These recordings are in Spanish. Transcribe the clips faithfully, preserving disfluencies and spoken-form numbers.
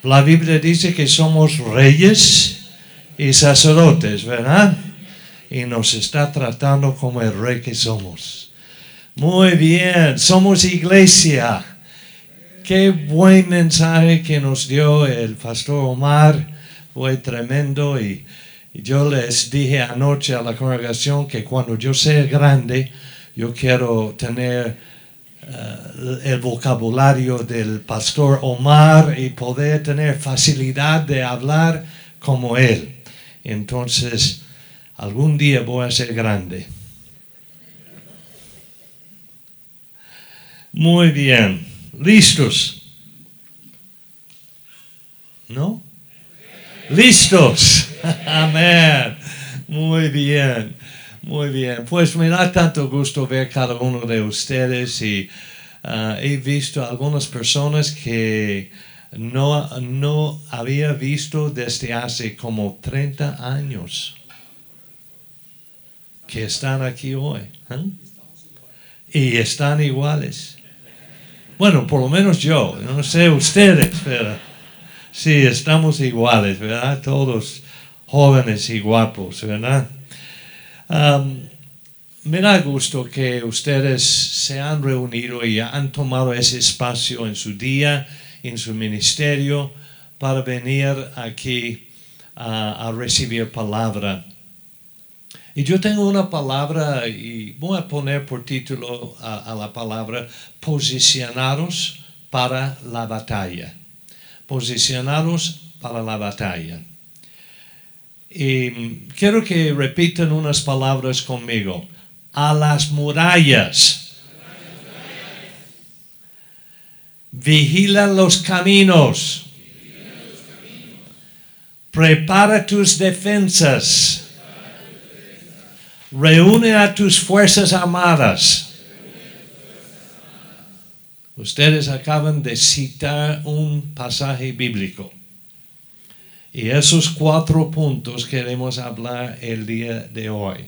La Biblia dice que somos reyes y sacerdotes, ¿verdad? Y nos está tratando como el rey que somos. Muy bien, somos iglesia. Qué buen mensaje que nos dio el pastor Omar. Fue tremendo y, y yo les dije anoche a la congregación que cuando yo sea grande, yo quiero tener Uh, el vocabulario del pastor Omar y poder tener facilidad de hablar como él. Entonces, algún día voy a ser grande. Muy bien. ¿Listos? ¿No? ¿Listos? Amén. Muy bien. Muy bien, pues me da tanto gusto ver cada uno de ustedes y uh, he visto algunas personas que no, no había visto desde hace como treinta años que están aquí hoy. ¿eh? Y están iguales. Bueno, por lo menos yo, no sé ustedes, pero sí, estamos iguales, ¿verdad? Todos jóvenes y guapos, ¿verdad? Um, me da gusto que ustedes se han reunido y han tomado ese espacio en su día, en su ministerio, para venir aquí uh, a recibir palabra. Y yo tengo una palabra y voy a poner por título a, a la palabra posicionaros para la batalla. Posicionaros para la batalla. Y quiero que repitan unas palabras conmigo. A las murallas. Vigila los caminos. Prepara tus defensas. Reúne a tus fuerzas armadas. Ustedes acaban de citar un pasaje bíblico. Y esos cuatro puntos queremos hablar el día de hoy.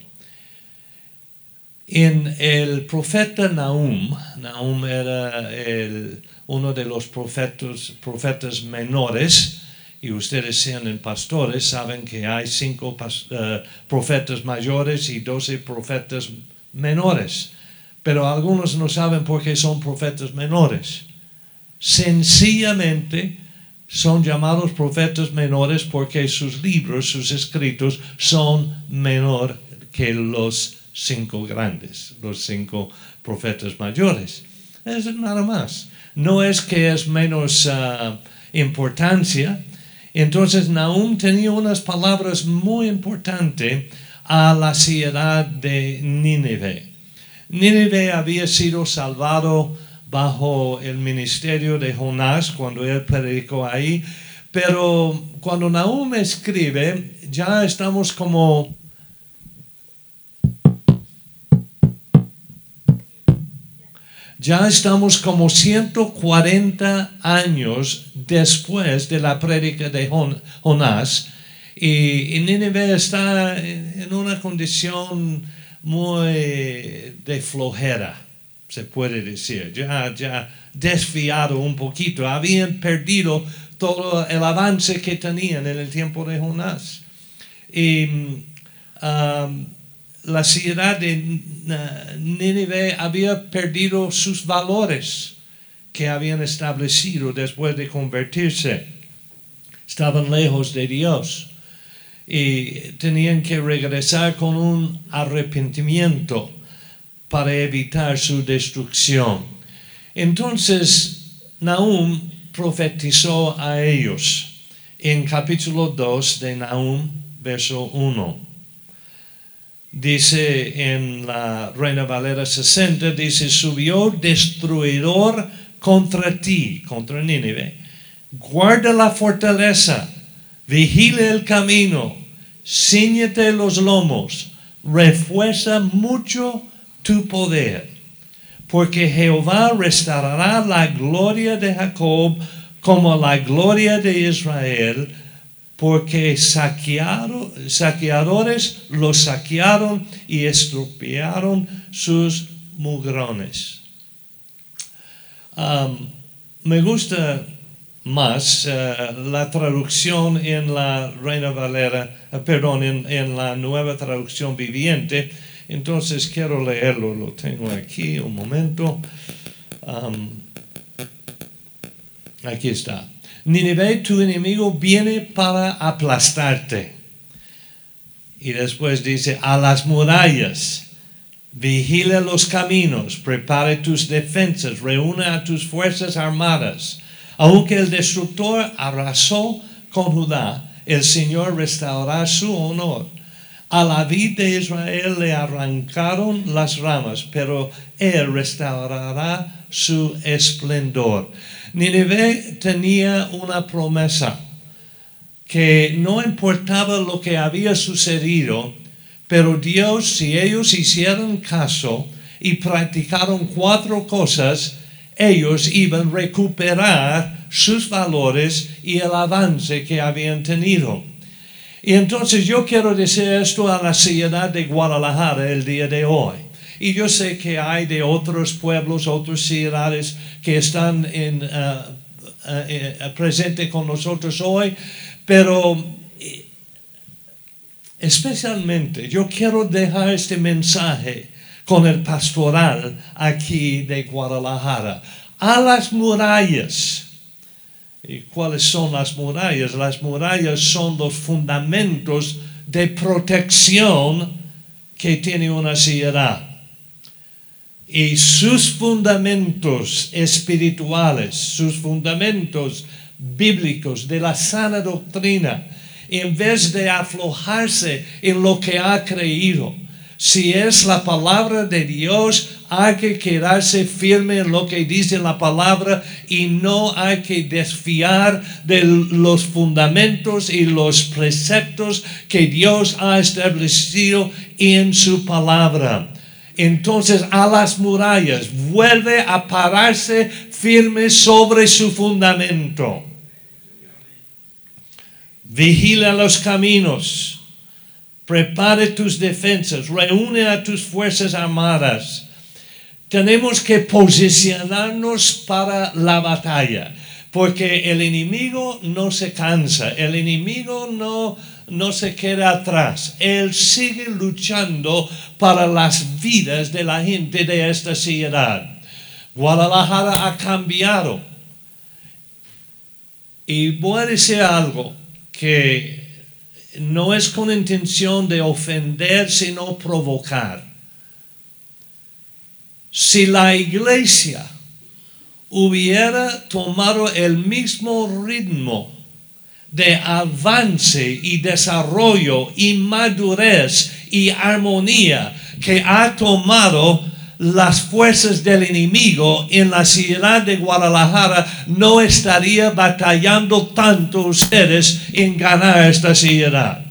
En el profeta Nahum, Nahum era el, uno de los profetas, profetas menores, y ustedes siendo pastores saben que hay cinco uh, profetas mayores y doce profetas menores. Pero algunos no saben por qué son profetas menores. Sencillamente son llamados profetas menores porque sus libros, sus escritos, son menor que los cinco grandes, los cinco profetas mayores. Es nada más. No es que es menos uh, importancia. Entonces Nahum tenía unas palabras muy importantes a la ciudad de Nínive. Nínive había sido salvado bajo el ministerio de Jonás cuando él predicó ahí, pero cuando Nahum escribe ya estamos como ya estamos como ciento cuarenta años después de la prédica de Jonás y, y Nínive está en una condición muy de flojera, se puede decir, ya, ya desviado un poquito, habían perdido todo el avance que tenían en el tiempo de Jonás. Y um, la ciudad de Nínive había perdido sus valores que habían establecido después de convertirse. Estaban lejos de Dios y tenían que regresar con un arrepentimiento para evitar su destrucción. Entonces Nahum profetizó a ellos en capítulo dos de Nahum, verso uno. Dice en la Reina Valera sesenta, dice, subió destruidor contra ti, contra Nínive. Guarda la fortaleza, vigila el camino, cíñete los lomos, refuerza mucho tu poder, porque Jehová restaurará la gloria de Jacob como la gloria de Israel, porque saquearon, saqueadores los saquearon y estropearon sus mugrones. Um, me gusta más uh, la traducción en la Reina Valera, uh, perdón, en, en la Nueva Traducción Viviente. Entonces quiero leerlo, lo tengo aquí, un momento. Um, aquí está. Nínive, tu enemigo viene para aplastarte. Y después dice, a las murallas, vigila los caminos, prepare tus defensas, reúne a tus fuerzas armadas. Aunque el destructor arrasó con Judá, el Señor restaurará su honor. A la vid de Israel le arrancaron las ramas, pero él restaurará su esplendor. Nínive tenía una promesa, que no importaba lo que había sucedido, pero Dios, si ellos hicieron caso y practicaron cuatro cosas, ellos iban a recuperar sus valores y el avance que habían tenido. Y entonces yo quiero decir esto a la ciudad de Guadalajara el día de hoy. Y yo sé que hay de otros pueblos, otras ciudades que están en, uh, uh, uh, presentes con nosotros hoy, pero especialmente yo quiero dejar este mensaje con el pastoral aquí de Guadalajara. A las murallas. ¿Y cuáles son las murallas? Las murallas son los fundamentos de protección que tiene una ciudad. Y sus fundamentos espirituales, sus fundamentos bíblicos de la sana doctrina, en vez de aflojarse en lo que ha creído, si es la palabra de Dios, hay que quedarse firme en lo que dice la palabra y no hay que desfiar de los fundamentos y los preceptos que Dios ha establecido en su palabra. Entonces a las murallas vuelve a pararse firme sobre su fundamento. Vigila los caminos, prepare tus defensas, reúne a tus fuerzas armadas. Tenemos que posicionarnos para la batalla, porque el enemigo no se cansa, el enemigo no, no se queda atrás. Él sigue luchando para las vidas de la gente de esta ciudad. Guadalajara ha cambiado. Y voy a decir algo que no es con intención de ofender, sino provocar. Si la iglesia hubiera tomado el mismo ritmo de avance y desarrollo y madurez y armonía que ha tomado las fuerzas del enemigo en la ciudad de Guadalajara, no estaría batallando tanto ustedes en ganar esta ciudad.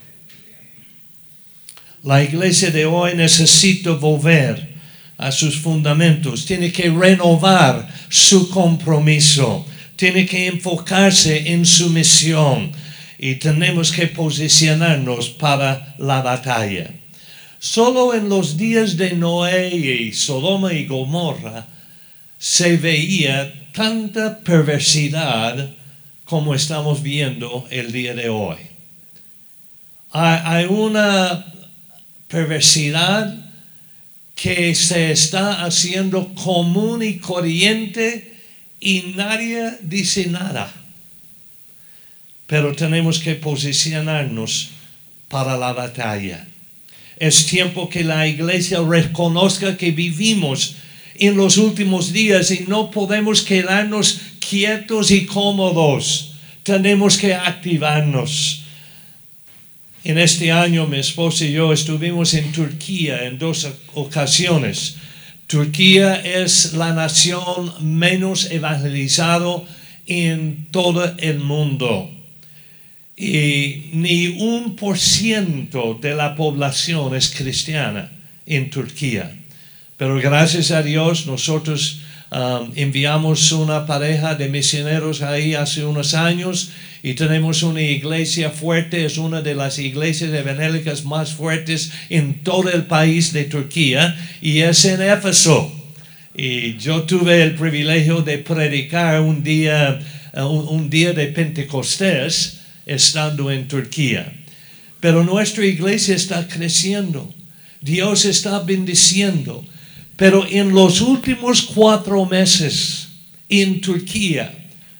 La iglesia de hoy necesita volver a sus fundamentos, tiene que renovar su compromiso, tiene que enfocarse en su misión y tenemos que posicionarnos para la batalla. Solo en los días de Noé y Sodoma y Gomorra se veía tanta perversidad como estamos viendo el día de hoy. Hay, hay una perversidad que se está haciendo común y corriente y nadie dice nada. Pero tenemos que posicionarnos para la batalla. Es tiempo que la iglesia reconozca que vivimos en los últimos días y no podemos quedarnos quietos y cómodos. Tenemos que activarnos. En este año mi esposa y yo estuvimos en Turquía en dos ocasiones. Turquía es la nación menos evangelizada en todo el mundo. Y ni un por ciento de la población es cristiana en Turquía. Pero gracias a Dios nosotros um, enviamos una pareja de misioneros ahí hace unos años y tenemos una iglesia fuerte, es una de las iglesias evangélicas más fuertes en todo el país de Turquía y es en Éfeso. Y yo tuve el privilegio de predicar un día, un, un día de Pentecostés estando en Turquía. Pero nuestra iglesia está creciendo. Dios está bendiciendo. Pero en los últimos cuatro meses en Turquía,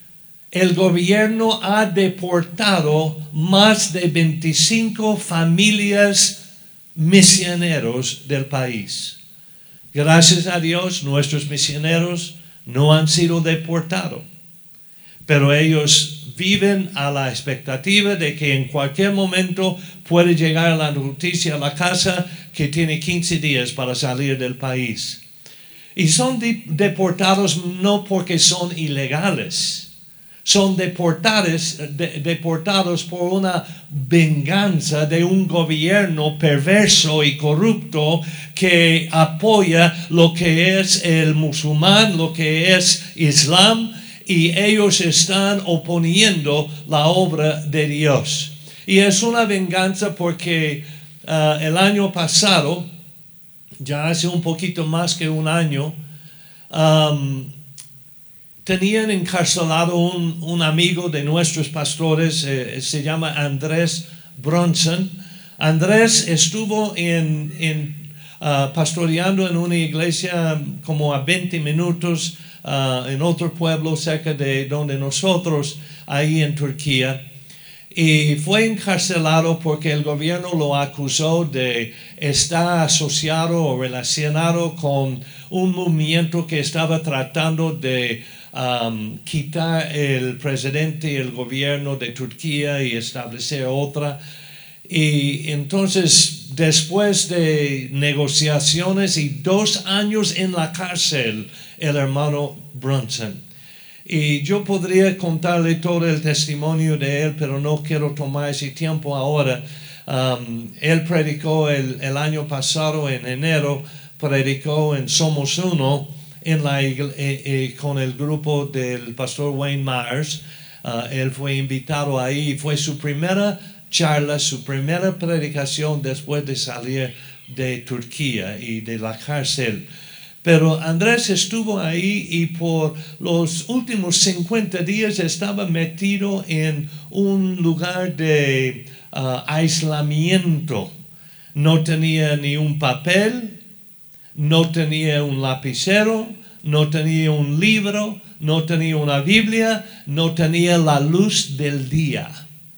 el gobierno ha deportado más de veinticinco familias misioneros del país. Gracias a Dios, nuestros misioneros no han sido deportados, pero ellos viven a la expectativa de que en cualquier momento puede llegar la noticia a la casa que tiene quince días para salir del país. Y son de- deportados no porque son ilegales. Son deportados, de, deportados por una venganza de un gobierno perverso y corrupto que apoya lo que es el musulmán, lo que es Islam, y ellos están oponiendo la obra de Dios. Y es una venganza porque uh, el año pasado, ya hace un poquito más que un año, um, tenían encarcelado un, un amigo de nuestros pastores, eh, se llama Andrés Bronson. Andrés estuvo en, en, uh, pastoreando en una iglesia como a veinte minutos uh, en otro pueblo cerca de donde nosotros, ahí en Turquía. Y fue encarcelado porque el gobierno lo acusó de estar asociado o relacionado con un movimiento que estaba tratando de um, quitar el presidente y el gobierno de Turquía y establecer otra. Y entonces, después de negociaciones y dos años en la cárcel, el hermano Bronson. Y yo podría contarle todo el testimonio de él, pero no quiero tomar ese tiempo ahora. Um, él predicó el, el año pasado, en enero, predicó en Somos Uno, en la, eh, eh, con el grupo del pastor Wayne Myers. Uh, él fue invitado ahí y fue su primera charla, su primera predicación después de salir de Turquía y de la cárcel. Pero Andrés estuvo ahí y por los últimos cincuenta días estaba metido en un lugar de uh, aislamiento. No tenía ni un papel, no tenía un lapicero, no tenía un libro, no tenía una Biblia, no tenía la luz del día.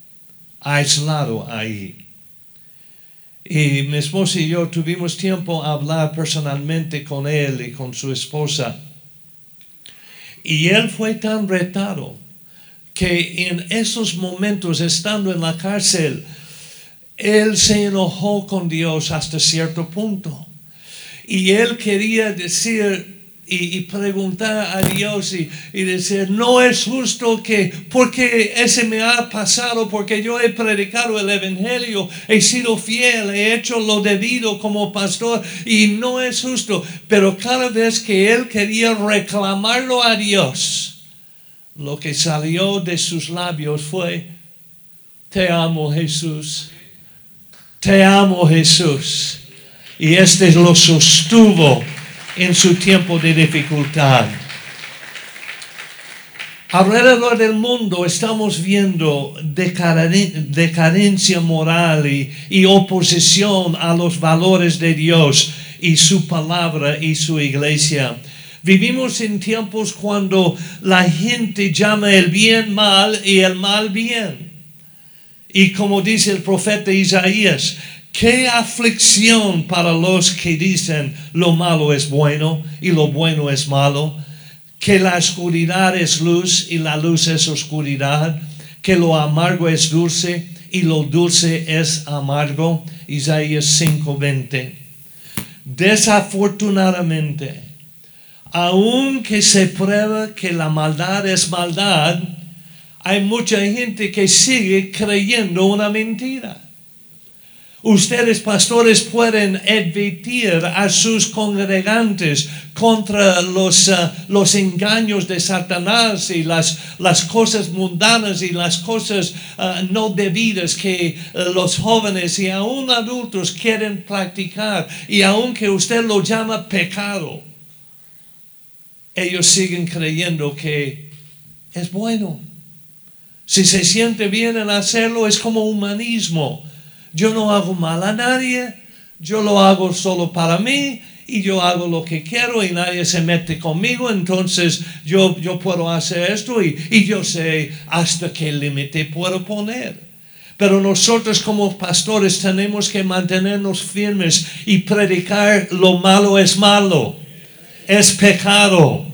Aislado ahí. Y mi esposa y yo tuvimos tiempo a hablar personalmente con él y con su esposa. Y él fue tan retado que en esos momentos, estando en la cárcel, él se enojó con Dios hasta cierto punto. Y él quería decir y, y preguntar a Dios y, y decir, no es justo que, porque ese me ha pasado, porque yo he predicado el evangelio, he sido fiel, he hecho lo debido como pastor y no es justo. Pero cada vez que él quería reclamarlo a Dios, lo que salió de sus labios fue, te amo Jesús, te amo Jesús. Y este lo sostuvo en su tiempo de dificultad. Alrededor del mundo estamos viendo decadencia moral y, y oposición a los valores de Dios y su palabra y su iglesia. Vivimos en tiempos cuando la gente llama el bien mal y el mal bien. Y como dice el profeta Isaías, qué aflicción para los que dicen lo malo es bueno y lo bueno es malo, que la oscuridad es luz y la luz es oscuridad, que lo amargo es dulce y lo dulce es amargo. Isaías cinco veinte. Desafortunadamente, aunque se prueba que la maldad es maldad, hay mucha gente que sigue creyendo una mentira. Ustedes, pastores, pueden advertir a sus congregantes contra los, uh, los engaños de Satanás y las, las cosas mundanas y las cosas uh, no debidas que uh, los jóvenes y aún adultos quieren practicar, y aunque usted lo llama pecado. ellos siguen creyendo que es bueno. Si se siente bien en hacerlo, es como humanismo. Yo no hago mal a nadie, yo lo hago solo para mí y yo hago lo que quiero y nadie se mete conmigo, entonces yo, yo puedo hacer esto y, y yo sé hasta qué límite puedo poner. Pero nosotros como pastores tenemos que mantenernos firmes y predicar lo malo es malo, es pecado.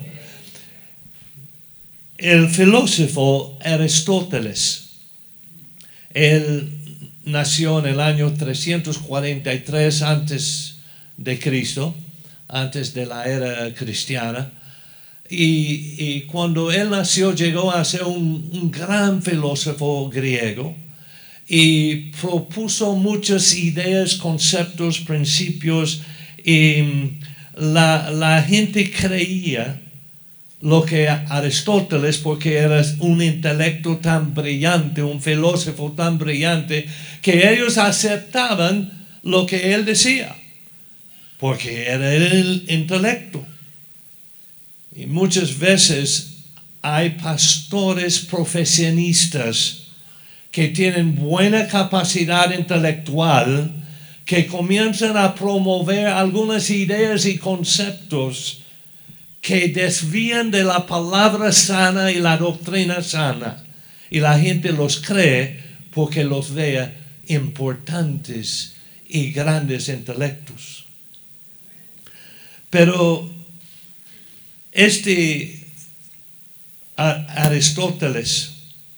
El filósofo Aristóteles, él nació en el año trescientos cuarenta y tres antes de Cristo, antes de la era cristiana, y, y cuando él nació llegó a ser un, un gran filósofo griego y propuso muchas ideas, conceptos, principios, y la, la gente creía lo que Aristóteles, porque era un intelecto tan brillante, un filósofo tan brillante, que ellos aceptaban lo que él decía, porque era el intelecto. Y muchas veces hay pastores profesionistas que tienen buena capacidad intelectual, que comienzan a promover algunas ideas y conceptos que desvían de la palabra sana y la doctrina sana. Y la gente los cree porque los vea importantes y grandes intelectos. Pero este Aristóteles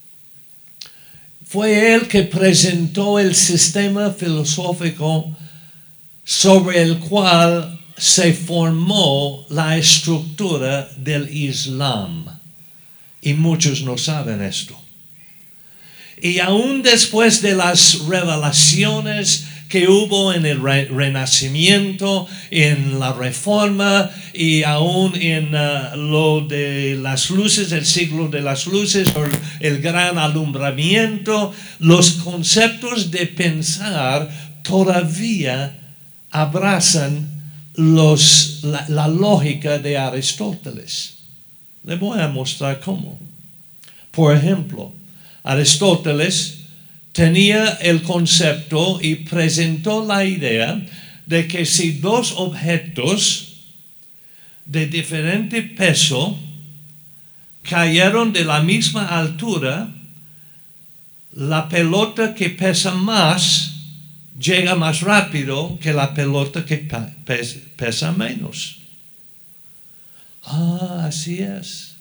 fue el que presentó el sistema filosófico sobre el cual se formó la estructura del Islam. Y muchos no saben esto. Y aún después de las revelaciones que hubo en el re Renacimiento, en la Reforma y aún en uh, lo de las luces, el siglo de las luces, o el gran alumbramiento, los conceptos de pensar todavía abrazan Los, la, la lógica de Aristóteles. Le voy a mostrar cómo. Por ejemplo, Aristóteles tenía el concepto y presentó la idea de que si dos objetos de diferente peso cayeron de la misma altura, la pelota que pesa más llega más rápido que la pelota que pesa menos. Ah, así es.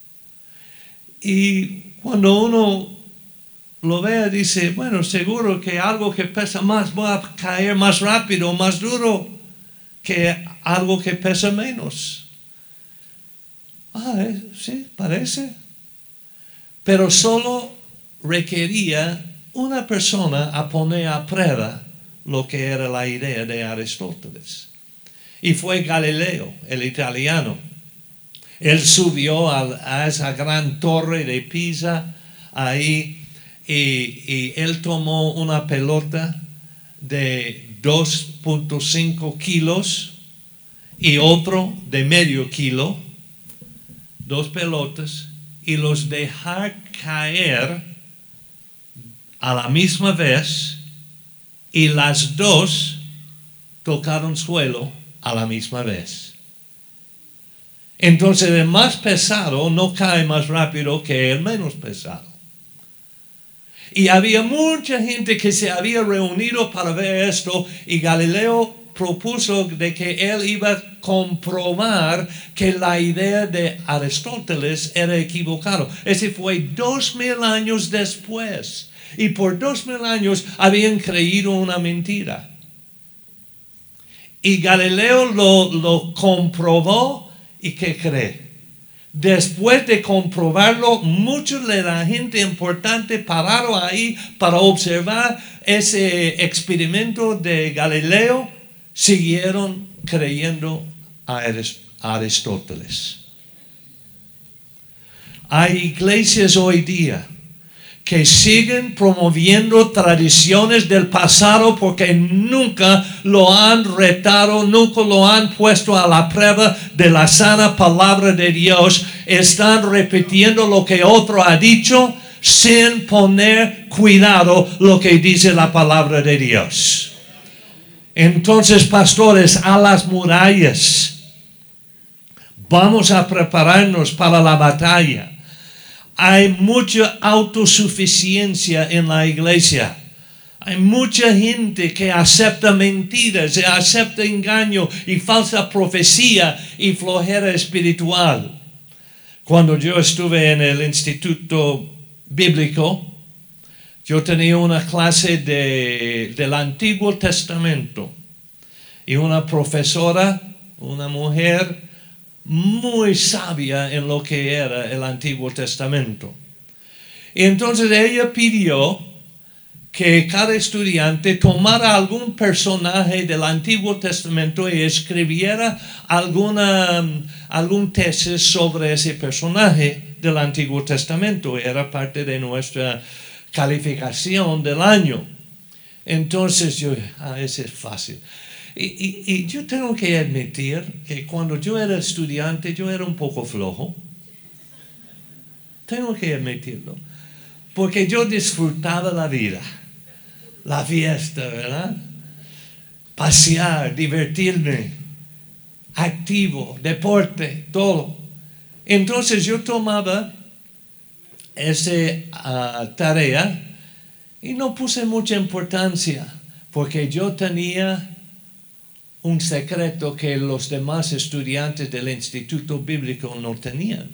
Y cuando uno lo ve, dice, bueno, seguro que algo que pesa más va a caer más rápido, más duro que algo que pesa menos. Ah, sí, parece. Pero solo requería una persona a poner a prueba lo que era la idea de Aristóteles. Y fue Galileo, el italiano. Él subió a, a esa gran torre de Pisa ahí y, y él tomó una pelota de dos punto cinco kilos y otro de medio kilo, dos pelotas, y los dejó caer a la misma vez. Y las dos tocaron suelo a la misma vez. Entonces el más pesado no cae más rápido que el menos pesado. Y había mucha gente que se había reunido para ver esto y Galileo propuso de que él iba a comprobar que la idea de Aristóteles era equivocada. Ese fue dos mil años después. Y por dos mil años habían creído una mentira. Y Galileo lo, lo comprobó. ¿Y qué cree? Después de comprobarlo, muchos de la gente importante pararon ahí para observar ese experimento de Galileo. Siguieron creyendo a Aristóteles. Hay iglesias hoy día que siguen promoviendo tradiciones del pasado porque nunca lo han retado, nunca lo han puesto a la prueba de la sana palabra de Dios. Están repitiendo lo que otro ha dicho sin poner cuidado lo que dice la palabra de Dios. Entonces, pastores, a las murallas, vamos a prepararnos para la batalla. Hay mucha autosuficiencia en la iglesia. Hay mucha gente que acepta mentiras, acepta engaño y falsa profecía y flojera espiritual. Cuando yo estuve en el instituto bíblico, yo tenía una clase de, del Antiguo Testamento y una profesora, una mujer muy sabia en lo que era el Antiguo Testamento. Y entonces ella pidió que cada estudiante tomara algún personaje del Antiguo Testamento y escribiera alguna, algún tesis sobre ese personaje del Antiguo Testamento. Era parte de nuestra calificación del año. Entonces yo, ah, ese es fácil. Y, y, y yo tengo que admitir que cuando yo era estudiante yo era un poco flojo. Tengo que admitirlo. Porque yo disfrutaba la vida, la fiesta, ¿verdad? Pasear, divertirme, activo, deporte, todo. Entonces yo tomaba esa uh, tarea y no puse mucha importancia porque yo tenía un secreto que los demás estudiantes del Instituto Bíblico no tenían.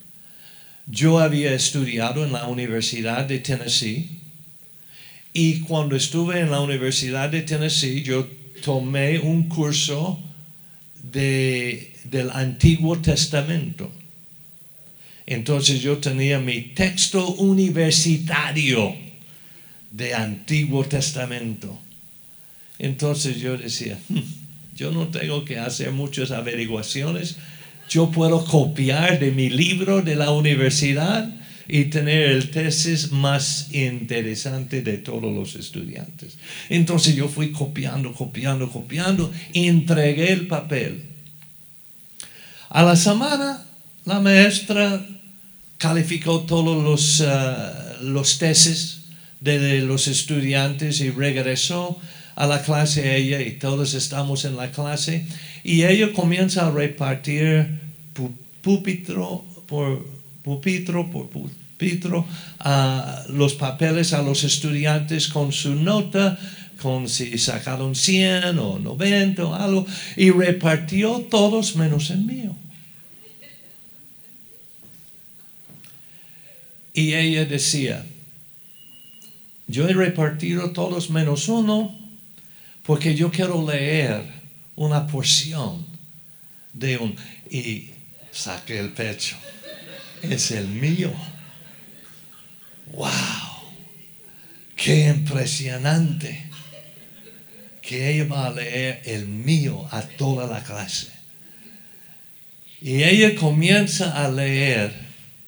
Yo había estudiado en la Universidad de Tennessee y cuando estuve en la Universidad de Tennessee yo tomé un curso de, del Antiguo Testamento. Entonces yo tenía mi texto universitario de Antiguo Testamento. Entonces yo decía, hmm, yo no tengo que hacer muchas averiguaciones. Yo puedo copiar de mi libro de la universidad y tener el tesis más interesante de todos los estudiantes. Entonces yo fui copiando, copiando, copiando y entregué el papel. A la semana la maestra calificó todos los, uh, los tesis de los estudiantes y regresó a la clase ella y todos estamos en la clase y ella comienza a repartir púlpito por púlpito por púlpito uh, los papeles a los estudiantes con su nota, con si sacaron cien o noventa o algo, y repartió todos menos el mío. Y ella decía, yo he repartido todos menos uno porque yo quiero leer una porción de un... Y saqué el pecho. Es el mío. ¡Wow! ¡Qué impresionante! Que ella va a leer el mío a toda la clase. Y ella comienza a leer.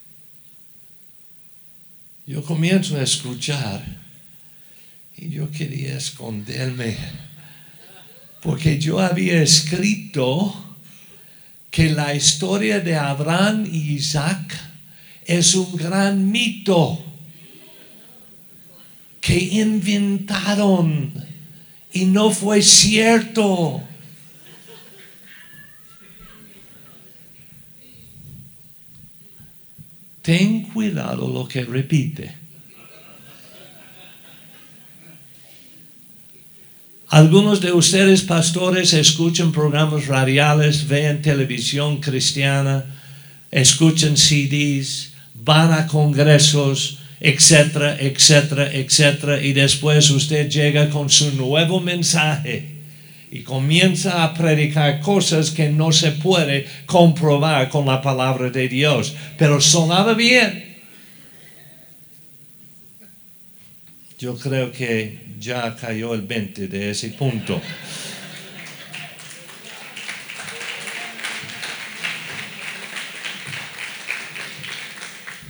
Yo comienzo a escuchar y yo quería esconderme porque yo había escrito que la historia de Abraham y Isaac es un gran mito que inventaron y no fue cierto. Ten cuidado lo que repite. Algunos de ustedes, pastores, escuchan programas radiales, ven televisión cristiana, escuchan C Ds, van a congresos, etcétera, etcétera, etcétera, y después usted llega con su nuevo mensaje y comienza a predicar cosas que no se puede comprobar con la palabra de Dios, pero sonaba bien. Yo creo que ya cayó el veinte de ese punto.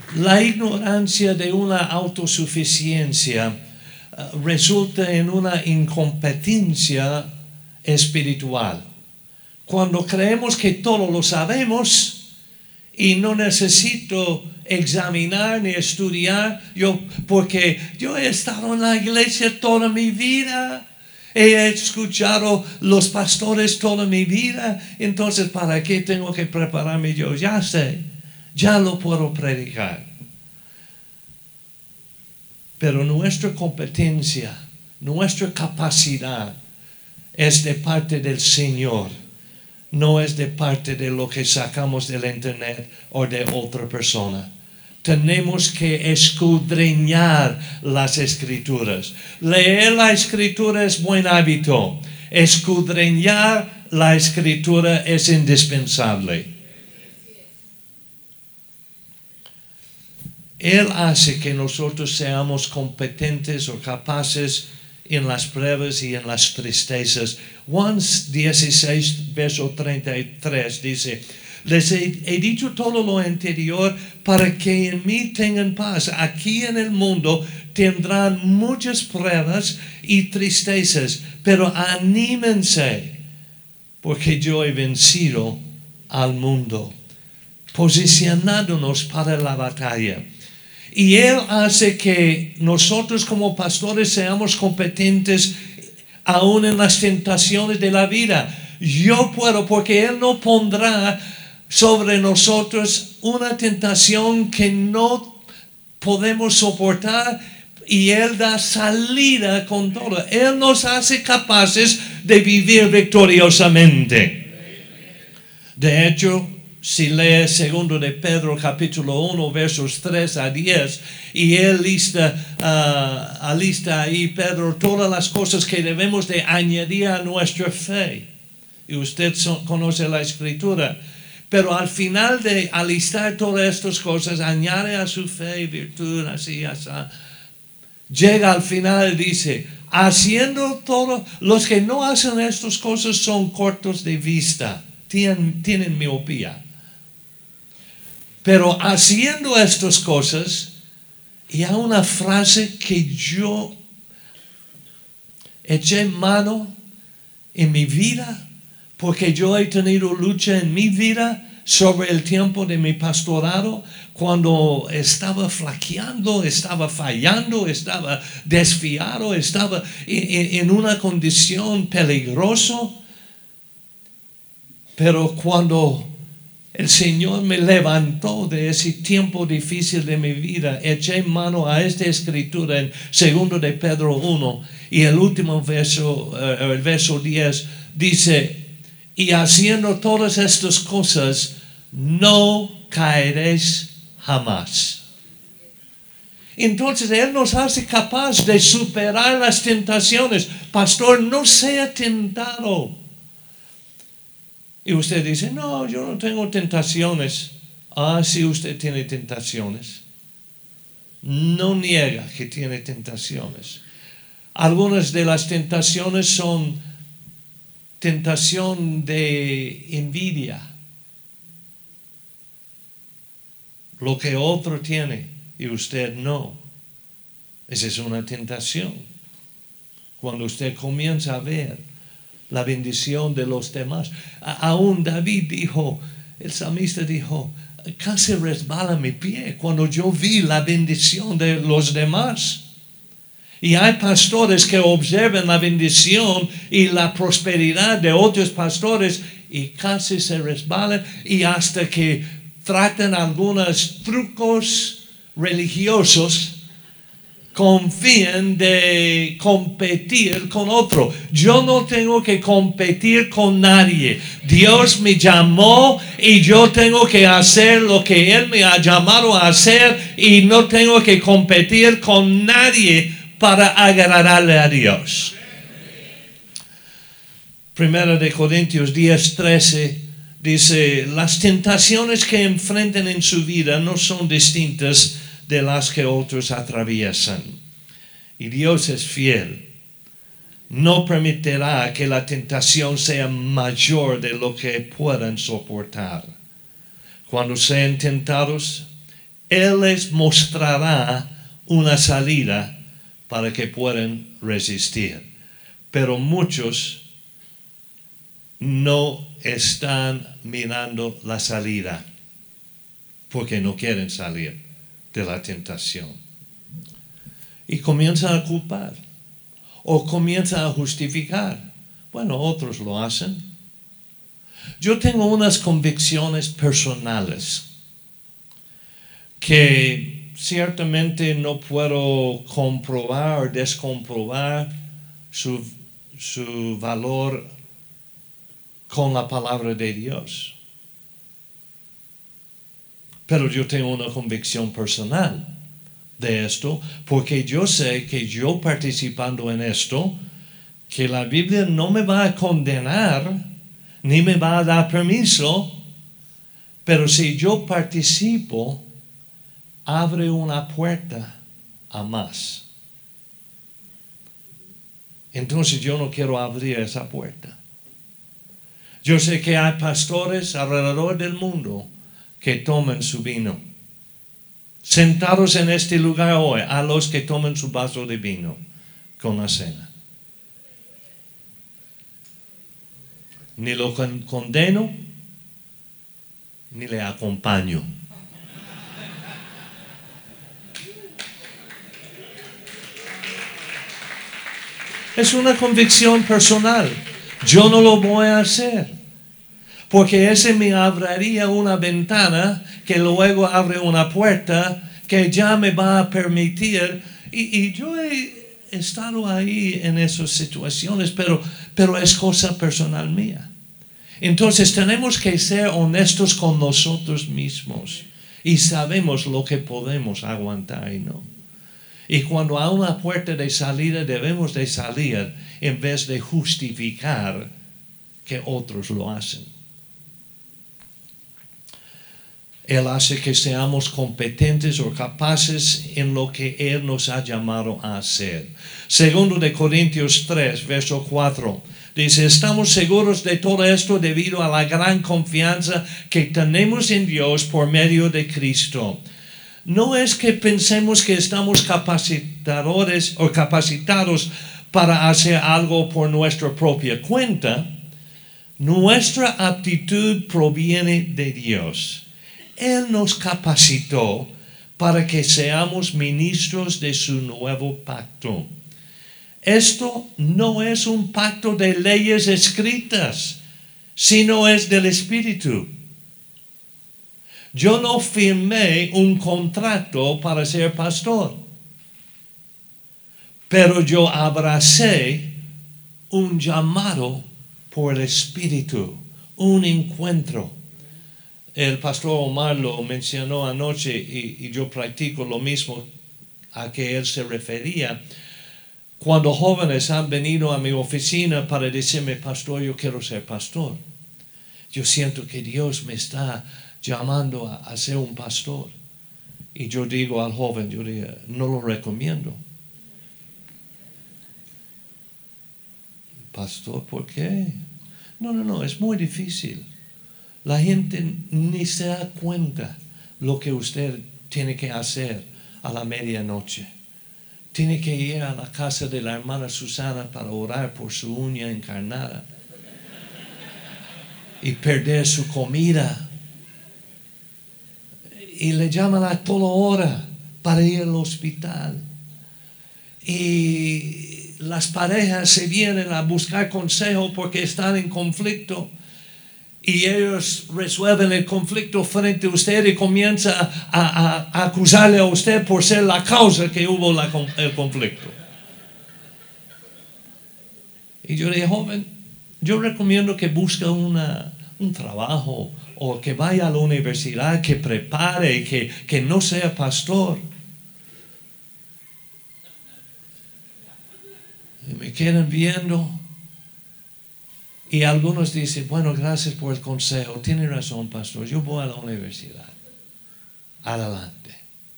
La ignorancia de una autosuficiencia uh, resulta en una incompetencia espiritual. Cuando creemos que todo lo sabemos y no necesito examinar ni estudiar, yo, porque yo he estado en la iglesia toda mi vida, he escuchado los pastores toda mi vida, entonces ¿para qué tengo que prepararme yo? Ya sé, ya lo puedo predicar. Pero nuestra competencia, nuestra capacidad es de parte del Señor, no es de parte de lo que sacamos del internet o de otra persona. Tenemos que escudriñar las escrituras. Leer la escritura es buen hábito. Escudriñar la escritura es indispensable. Él hace que nosotros seamos competentes o capaces en las pruebas y en las tristezas. Juan dieciséis, verso treinta y tres dice: les he, he dicho todo lo anterior para que en mí tengan paz. Aquí en el mundo tendrán muchas pruebas y tristezas, pero anímense, porque yo he vencido al mundo, posicionándonos para la batalla. Y Él hace que nosotros como pastores seamos competentes aún en las tentaciones de la vida. Yo puedo, porque Él no pondrá sobre nosotros una tentación que no podemos soportar, y Él da salida con todo. Él nos hace capaces de vivir victoriosamente. De hecho, si lee segundo de Pedro capítulo uno versos tres a diez, y él lista, uh, alista ahí Pedro todas las cosas que debemos de añadir a nuestra fe. Y usted so, conoce la escritura. Pero al final de alistar todas estas cosas, añade a su fe virtud, así, así. Llega al final y dice: haciendo todo, los que no hacen estas cosas son cortos de vista, tienen, tienen miopía. Pero haciendo estas cosas, y hay una frase que yo eché mano en mi vida, porque yo he tenido lucha en mi vida sobre el tiempo de mi pastorado, cuando estaba flaqueando, estaba fallando, estaba desfiado, estaba en, en una condición peligrosa. Pero cuando el Señor me levantó de ese tiempo difícil de mi vida, eché mano a esta escritura en segundo de Pedro uno, y el último verso, uh, el verso diez, dice: y haciendo todas estas cosas, no caeréis jamás. Entonces Él nos hace capaz de superar las tentaciones. Pastor, no sea tentado. Y usted dice: no, yo no tengo tentaciones. Ah, sí, usted tiene tentaciones. No niega que tiene tentaciones. Algunas de las tentaciones son tentación de envidia. Lo que otro tiene y usted no. Esa es una tentación. Cuando usted comienza a ver la bendición de los demás. A aún David dijo, el salmista dijo, casi resbala mi pie cuando yo vi la bendición de los demás. Y hay pastores que observan la bendición y la prosperidad de otros pastores y casi se resbalan, y hasta que tratan algunos trucos religiosos, confían de competir con otro. Yo no tengo que competir con nadie. Dios me llamó y yo tengo que hacer lo que Él me ha llamado a hacer, y no tengo que competir con nadie para agradarle a Dios. Primera de Corintios diez, trece dice: las tentaciones que enfrentan en su vida no son distintas de las que otros atraviesan. Y Dios es fiel. No permitirá que la tentación sea mayor de lo que puedan soportar. Cuando sean tentados, Él les mostrará una salida para que puedan resistir. Pero muchos no están mirando la salida porque no quieren salir de la tentación. Y comienzan a culpar o comienzan a justificar. Bueno, otros lo hacen. Yo tengo unas convicciones personales que ciertamente no puedo comprobar o descomprobar su, su valor con la palabra de Dios. Pero yo tengo una convicción personal de esto, porque yo sé que yo participando en esto, que la Biblia no me va a condenar, ni me va a dar permiso, pero si yo participo, abre una puerta a más. Entonces yo no quiero abrir esa puerta. Yo sé que hay pastores alrededor del mundo que toman su vino. Sentados en este lugar hoy, a los que toman su vaso de vino con la cena. Ni lo condeno, ni le acompaño. Es una convicción personal. Yo no lo voy a hacer. Porque ese me abriría una ventana que luego abre una puerta que ya me va a permitir. Y, y yo he estado ahí en esas situaciones, pero, pero es cosa personal mía. Entonces tenemos que ser honestos con nosotros mismos y sabemos lo que podemos aguantar y no. Y cuando hay una puerta de salida, debemos de salir en vez de justificar que otros lo hacen. Él hace que seamos competentes o capaces en lo que Él nos ha llamado a hacer. Segundo de Corintios tres, verso cuatro. Dice, estamos seguros de todo esto debido a la gran confianza que tenemos en Dios por medio de Cristo. No es que pensemos que estamos capacitadores o capacitados para hacer algo por nuestra propia cuenta. Nuestra aptitud proviene de Dios. Él nos capacitó para que seamos ministros de su nuevo pacto. Esto no es un pacto de leyes escritas, sino es del Espíritu. Yo no firmé un contrato para ser pastor, pero yo abracé un llamado por el Espíritu, un encuentro. El pastor Omar lo mencionó anoche y, y yo practico lo mismo a que él se refería. Cuando jóvenes han venido a mi oficina para decirme, pastor, yo quiero ser pastor. Yo siento que Dios me está llamando a, a ser un pastor. Y yo digo al joven, yo digo, no lo recomiendo. Pastor, ¿por qué? No, no, no, es muy difícil. La gente ni se da cuenta lo que usted tiene que hacer a la medianoche. Tiene que ir a la casa de la hermana Susana para orar por su uña encarnada. Y perder su comida. Y le llaman a toda hora para ir al hospital. Y las parejas se vienen a buscar consejo porque están en conflicto. Y ellos resuelven el conflicto frente a usted y comienzan a, a, a acusarle a usted por ser la causa que hubo la, el conflicto. Y yo le dije, joven, yo recomiendo que busque una, un trabajo o que vaya a la universidad, que prepare, que, que no sea pastor. Y me quedan viendo. Y algunos dicen, bueno, gracias por el consejo. Tiene razón, pastor. Yo voy a la universidad. Adelante.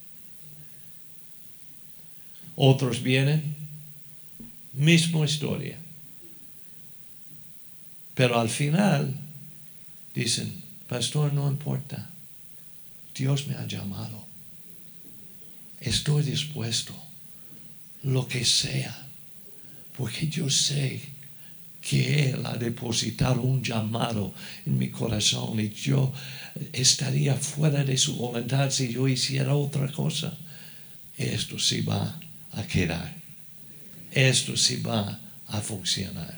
Otros vienen. Misma historia. Pero al final dicen, pastor, no importa. Dios me ha llamado. estoy dispuesto, lo que sea, porque yo sé que Él ha depositado un llamado en mi corazón y yo estaría fuera de su voluntad si yo hiciera otra cosa. Esto sí va a quedar. Esto sí va a funcionar.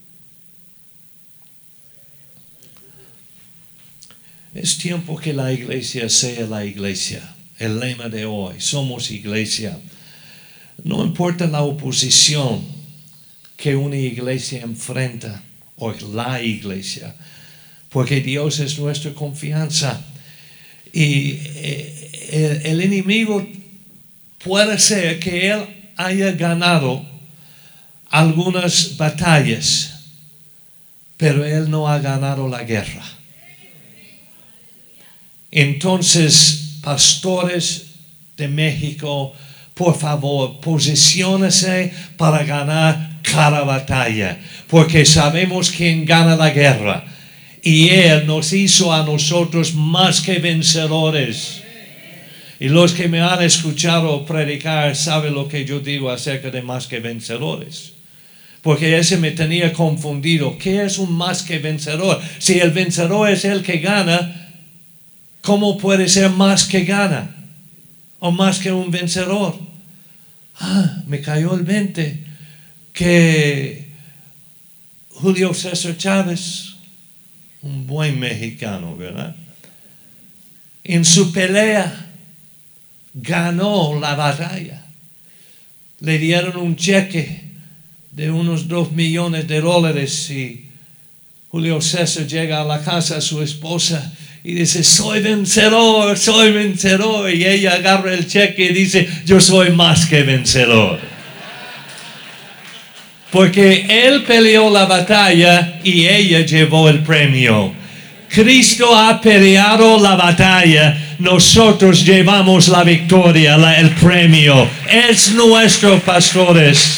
Es tiempo que la iglesia sea la iglesia. El lema de hoy, somos iglesia. No importa la oposición que una iglesia enfrenta, o la iglesia, porque Dios es nuestra confianza. Y el, el enemigo puede ser que él haya ganado algunas batallas, pero él no ha ganado la guerra. Entonces, pastores de México, por favor, posiciónense para ganar cada batalla, porque sabemos quién gana la guerra. Y Él nos hizo a nosotros más que vencedores. Y los que me han escuchado predicar saben lo que yo digo acerca de más que vencedores. Porque ese me tenía confundido. ¿Qué es un más que vencedor? Si el vencedor es el que gana, ¿cómo puede ser más que gana? O más que un vencedor. Ah, me cayó el veinte que Julio César Chávez, un buen mexicano, ¿verdad? En su pelea ganó la batalla. Le dieron un cheque de unos dos millones de dólares y Julio César llega a la casa a su esposa y dice, soy vencedor, soy vencedor. Y ella agarra el cheque y dice, yo soy más que vencedor. Porque él peleó la batalla y ella llevó el premio. Cristo ha peleado la batalla, nosotros llevamos la victoria, la, el premio. Es nuestro, pastores.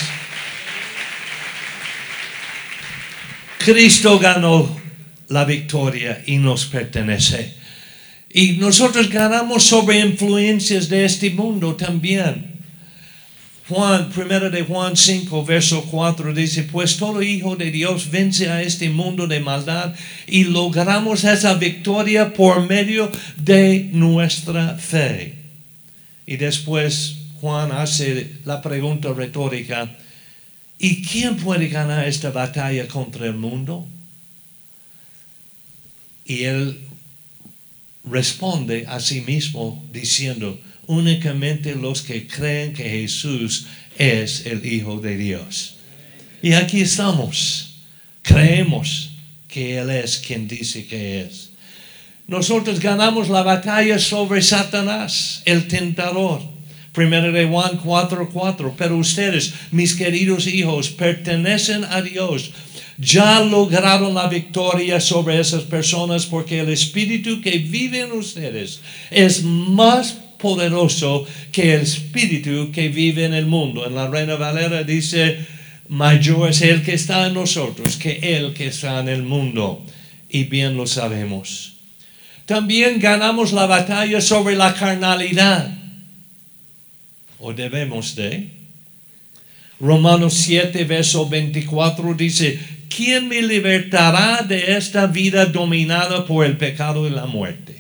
Cristo ganó la victoria y nos pertenece. Y nosotros ganamos sobre influencias de este mundo también. Juan, primero de Juan cinco, verso cuatro, dice, pues todo hijo de Dios vence a este mundo de maldad y logramos esa victoria por medio de nuestra fe. Y después Juan hace la pregunta retórica, ¿y quién puede ganar esta batalla contra el mundo? Y él responde a sí mismo diciendo, únicamente los que creen que Jesús es el Hijo de Dios. Y aquí estamos. Creemos que Él es quien dice que es. Nosotros ganamos la batalla sobre Satanás, el tentador. Primero de Juan cuatro cuatro. Pero ustedes, mis queridos hijos, pertenecen a Dios. Ya lograron la victoria sobre esas personas porque el Espíritu que vive en ustedes es más poderoso que el espíritu que vive en el mundo. En la Reina Valera dice, mayor es el que está en nosotros que el que está en el mundo. Y bien lo sabemos. También ganamos la batalla sobre la carnalidad. O debemos de. Romanos siete, verso veinticuatro dice, ¿quién me libertará de esta vida dominada por el pecado y la muerte?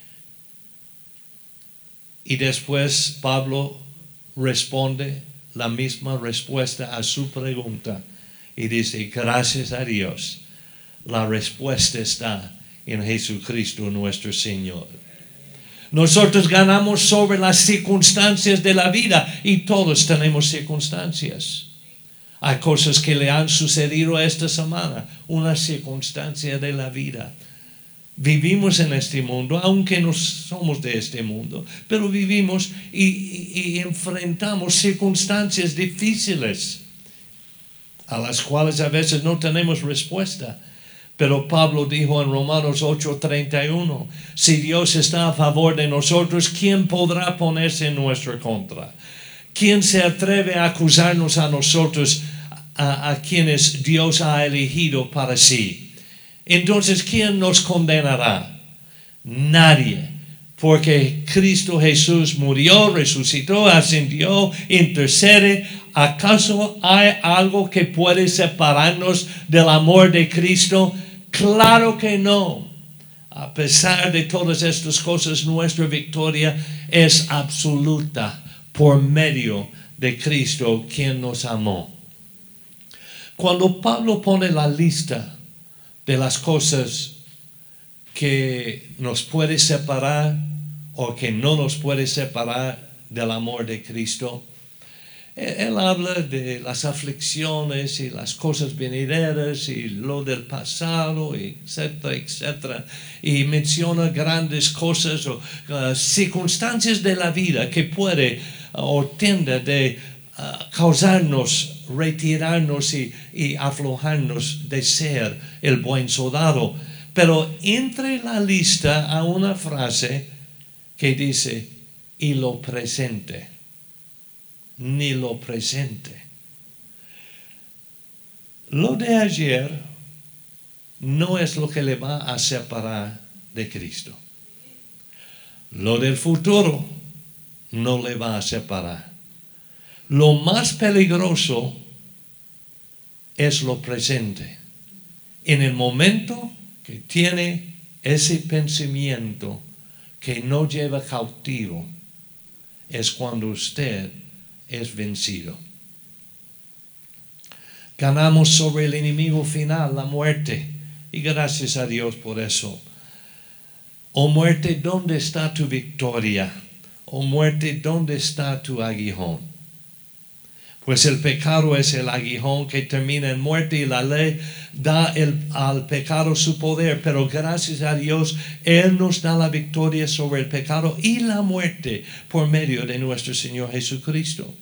Y después Pablo responde la misma respuesta a su pregunta. Y dice, gracias a Dios, la respuesta está en Jesucristo nuestro Señor. Nosotros ganamos sobre las circunstancias de la vida y todos tenemos circunstancias. Hay cosas que le han sucedido esta semana, una circunstancia de la vida. Vivimos en este mundo, aunque no somos de este mundo, pero vivimos y, y, y enfrentamos circunstancias difíciles a las cuales a veces no tenemos respuesta. Pero Pablo dijo en Romanos ocho treinta y uno, si Dios está a favor de nosotros, ¿quién podrá ponerse en nuestra contra? ¿Quién se atreve a acusarnos a nosotros, a, a quienes Dios ha elegido para sí? Entonces, ¿quién nos condenará? Nadie. porque Cristo Jesús murió, resucitó, ascendió, intercede. ¿Acaso hay algo que puede separarnos del amor de Cristo? Claro que no. A pesar de todas estas cosas, nuestra victoria es absoluta por medio de Cristo, quien nos amó. Cuando Pablo pone la lista de las cosas que nos puede separar o que no nos puede separar del amor de Cristo, él habla de las aflicciones y las cosas venideras y lo del pasado, etcétera, etcétera. Y menciona grandes cosas o uh, circunstancias de la vida que puede uh, o tiende de uh, causarnos, retirarnos y, y aflojarnos de ser el buen soldado. Pero entre la lista hay una frase que dice, y lo presente. Ni lo presente. Lo de ayer no es lo que le va a separar de Cristo. Lo del futuro no le va a separar. Lo más peligroso es lo presente. En el momento que tiene ese pensamiento que no lleva cautivo, es cuando usted es vencido. Ganamos sobre el enemigo final, la muerte, y gracias a Dios por eso. Oh muerte, ¿dónde está tu victoria? Oh muerte, ¿dónde está tu aguijón? Pues el pecado es el aguijón que termina en muerte y la ley da el, al pecado su poder, pero gracias a Dios Él nos da la victoria sobre el pecado y la muerte por medio de nuestro Señor Jesucristo.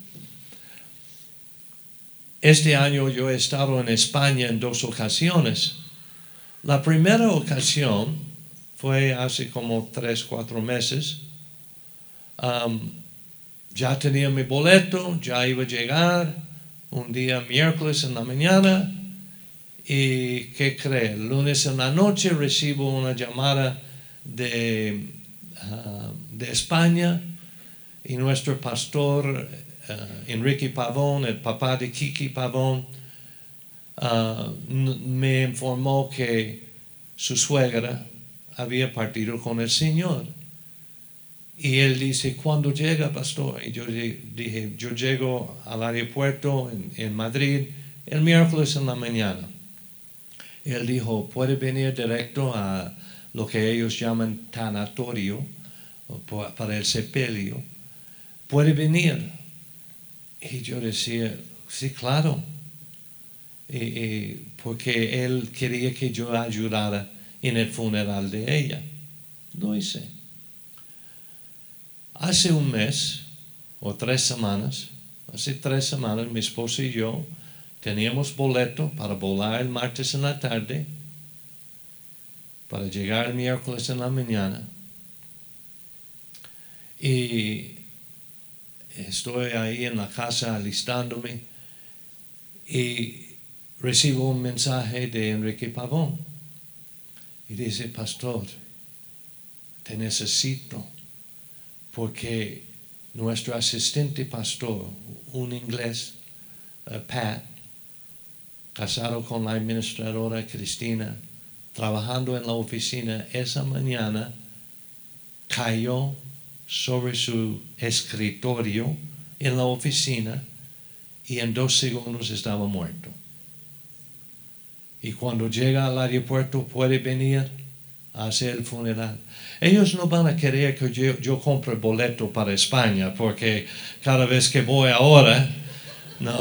Este año yo he estado en España en dos ocasiones. La primera ocasión fue hace como tres, cuatro meses. Um, Ya tenía mi boleto, ya iba a llegar un día miércoles en la mañana. ¿Y qué cree? El lunes en la noche recibo una llamada de, uh, de España y nuestro pastor uh, Enrique Pavón, el papá de Kiki Pavón, uh, me informó que su suegra había partido con el Señor. Y él dice, ¿cuándo llega, pastor? Y yo dije, yo llego al aeropuerto en, en Madrid el miércoles en la mañana. Y él dijo, puede venir directo a lo que ellos llaman tanatorio, para el sepelio. Puede venir. Y yo decía, sí, claro. Y, y porque él quería que yo ayudara en el funeral de ella. Lo hice. Hace un mes o tres semanas, hace tres semanas, mi esposa y yo teníamos boleto para volar el martes en la tarde, para llegar el miércoles en la mañana. Y estoy ahí en la casa alistándome y recibo un mensaje de Enrique Pavón. Y dice, pastor, te necesito. Porque nuestro asistente pastor, un inglés, uh, Pat, casado con la administradora Cristina, trabajando en la oficina, esa mañana cayó sobre su escritorio en la oficina y en dos segundos estaba muerto. Y cuando llega al aeropuerto puede venir a hacer el funeral. Ellos no van a querer que yo, yo compre boleto para España, porque cada vez que voy ahora, no.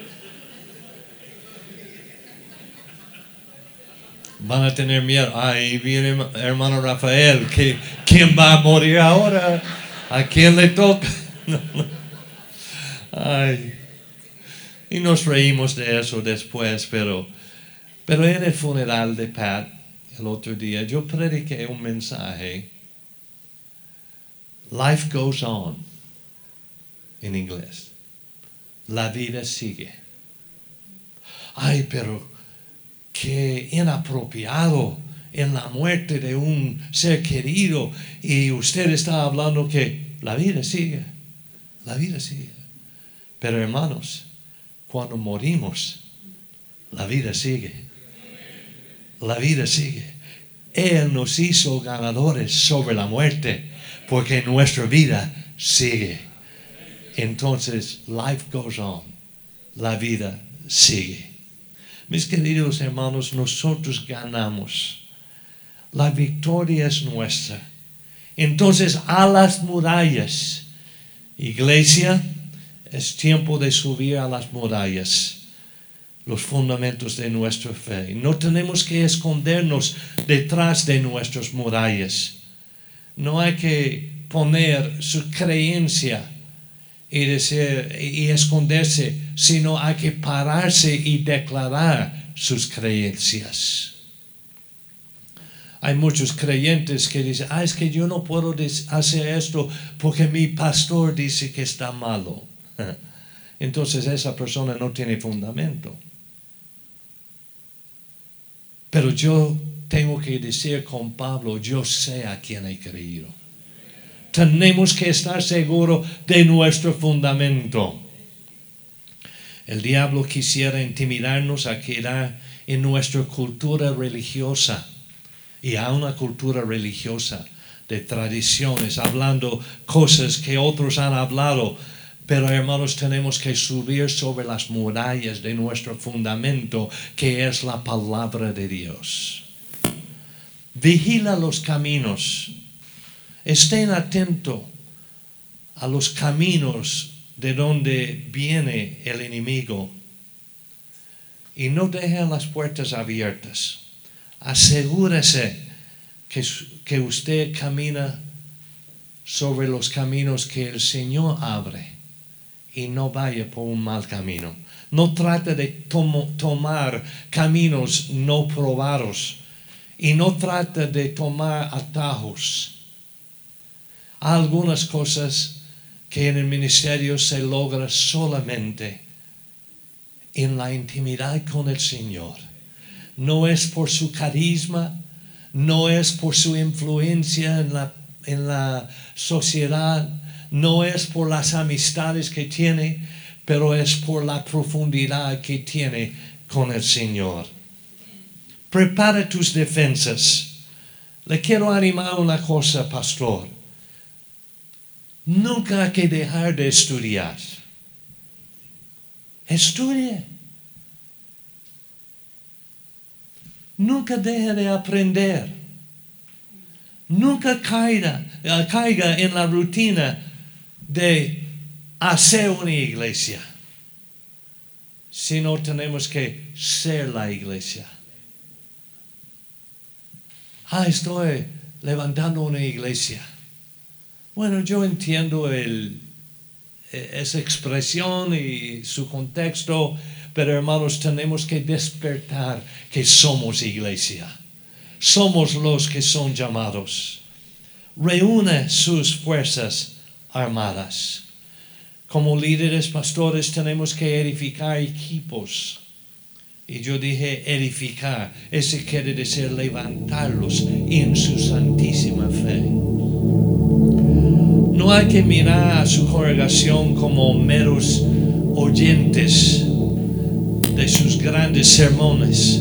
Van a tener miedo. Ahí viene hermano Rafael, que, ¿quién va a morir ahora? ¿A quién le toca? No, no. Ay. Y nos reímos de eso después, pero, pero en el funeral de Pat, el otro día, yo prediqué un mensaje, Life goes on, en inglés. La vida sigue. Ay, pero qué inapropiado en la muerte de un ser querido y usted está hablando que la vida sigue, la vida sigue. Pero hermanos, cuando morimos, la vida sigue, la vida sigue. Él nos hizo ganadores sobre la muerte porque nuestra vida sigue. Entonces, life goes on, la vida sigue. Mis queridos hermanos, nosotros ganamos. La victoria es nuestra. Entonces, a las murallas, iglesia, es tiempo de subir a las murallas, los fundamentos de nuestra fe. No tenemos que escondernos detrás de nuestras murallas. No hay que poner su creencia y, decir, y esconderse, sino hay que pararse y declarar sus creencias. Hay muchos creyentes que dicen, ah, es que yo no puedo hacer esto porque mi pastor dice que está malo. Entonces esa persona no tiene fundamento. Pero yo tengo que decir con Pablo, yo sé a quién he creído. Tenemos que estar seguros de nuestro fundamento. El diablo quisiera intimidarnos a quedar en nuestra cultura religiosa. Y a una cultura religiosa de tradiciones, hablando cosas que otros han hablado. Pero hermanos, tenemos que subir sobre las murallas de nuestro fundamento, que es la palabra de Dios. Vigila los caminos. Estén atentos a los caminos de donde viene el enemigo. Y no dejen las puertas abiertas. Asegúrese que, que usted camina sobre los caminos que el Señor abre y no vaya por un mal camino. No trate de tomo, tomar caminos no probados y no trate de tomar atajos. Hay algunas cosas que en el ministerio se logra solamente en la intimidad con el Señor. No es por su carisma, no es por su influencia en la, en la sociedad, no es por las amistades que tiene, pero es por la profundidad que tiene con el Señor. Prepara tus defensas. Le quiero animar una cosa, pastor. Nunca hay que dejar de estudiar. Estudie. Nunca deje de aprender. Nunca caiga, caiga en la rutina de hacer una iglesia. Sino tenemos que ser la iglesia. Ah, estoy levantando una iglesia. Bueno, yo entiendo el, esa expresión y su contexto. Pero hermanos, tenemos que despertar que somos iglesia. Somos los que son llamados. Reúne sus fuerzas armadas. Como líderes, pastores, tenemos que edificar equipos. Y yo dije edificar. Ese quiere decir levantarlos en su santísima fe. No hay que mirar a su congregación como meros oyentes de sus grandes sermones,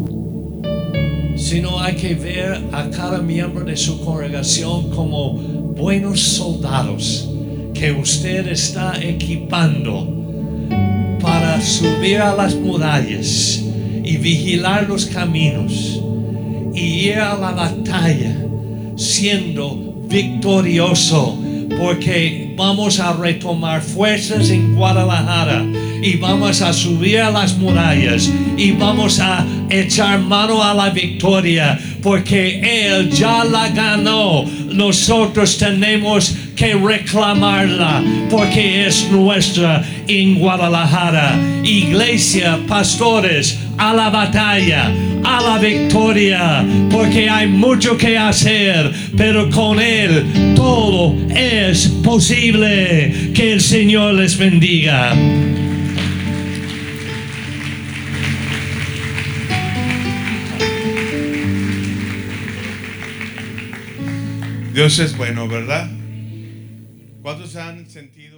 sino hay que ver a cada miembro de su congregación como buenos soldados que usted está equipando para subir a las murallas y vigilar los caminos y ir a la batalla siendo victorioso, porque vamos a retomar fuerzas en Guadalajara y vamos a subir a las murallas y vamos a echar mano a la victoria, porque Él ya la ganó. Nosotros tenemos que reclamarla porque es nuestra en Guadalajara. Iglesia, pastores, a la batalla, a la victoria, porque hay mucho que hacer, pero con Él todo es posible. Que el Señor les bendiga. Dios es bueno, ¿verdad? ¿Cuántos han sentido?